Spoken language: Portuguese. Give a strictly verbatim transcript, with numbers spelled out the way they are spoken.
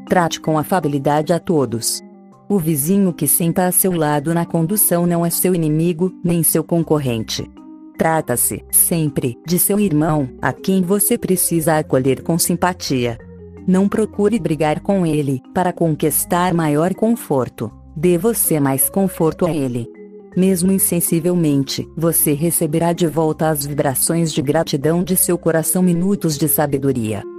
Trate com afabilidade a todos. O vizinho que senta a seu lado na condução não é seu inimigo, nem seu concorrente. Trata-se, sempre, de seu irmão, a quem você precisa acolher com simpatia. Não procure brigar com ele, para conquistar maior conforto. Dê você mais conforto a ele. Mesmo insensivelmente, você receberá de volta as vibrações de gratidão de seu coração, minutos de sabedoria.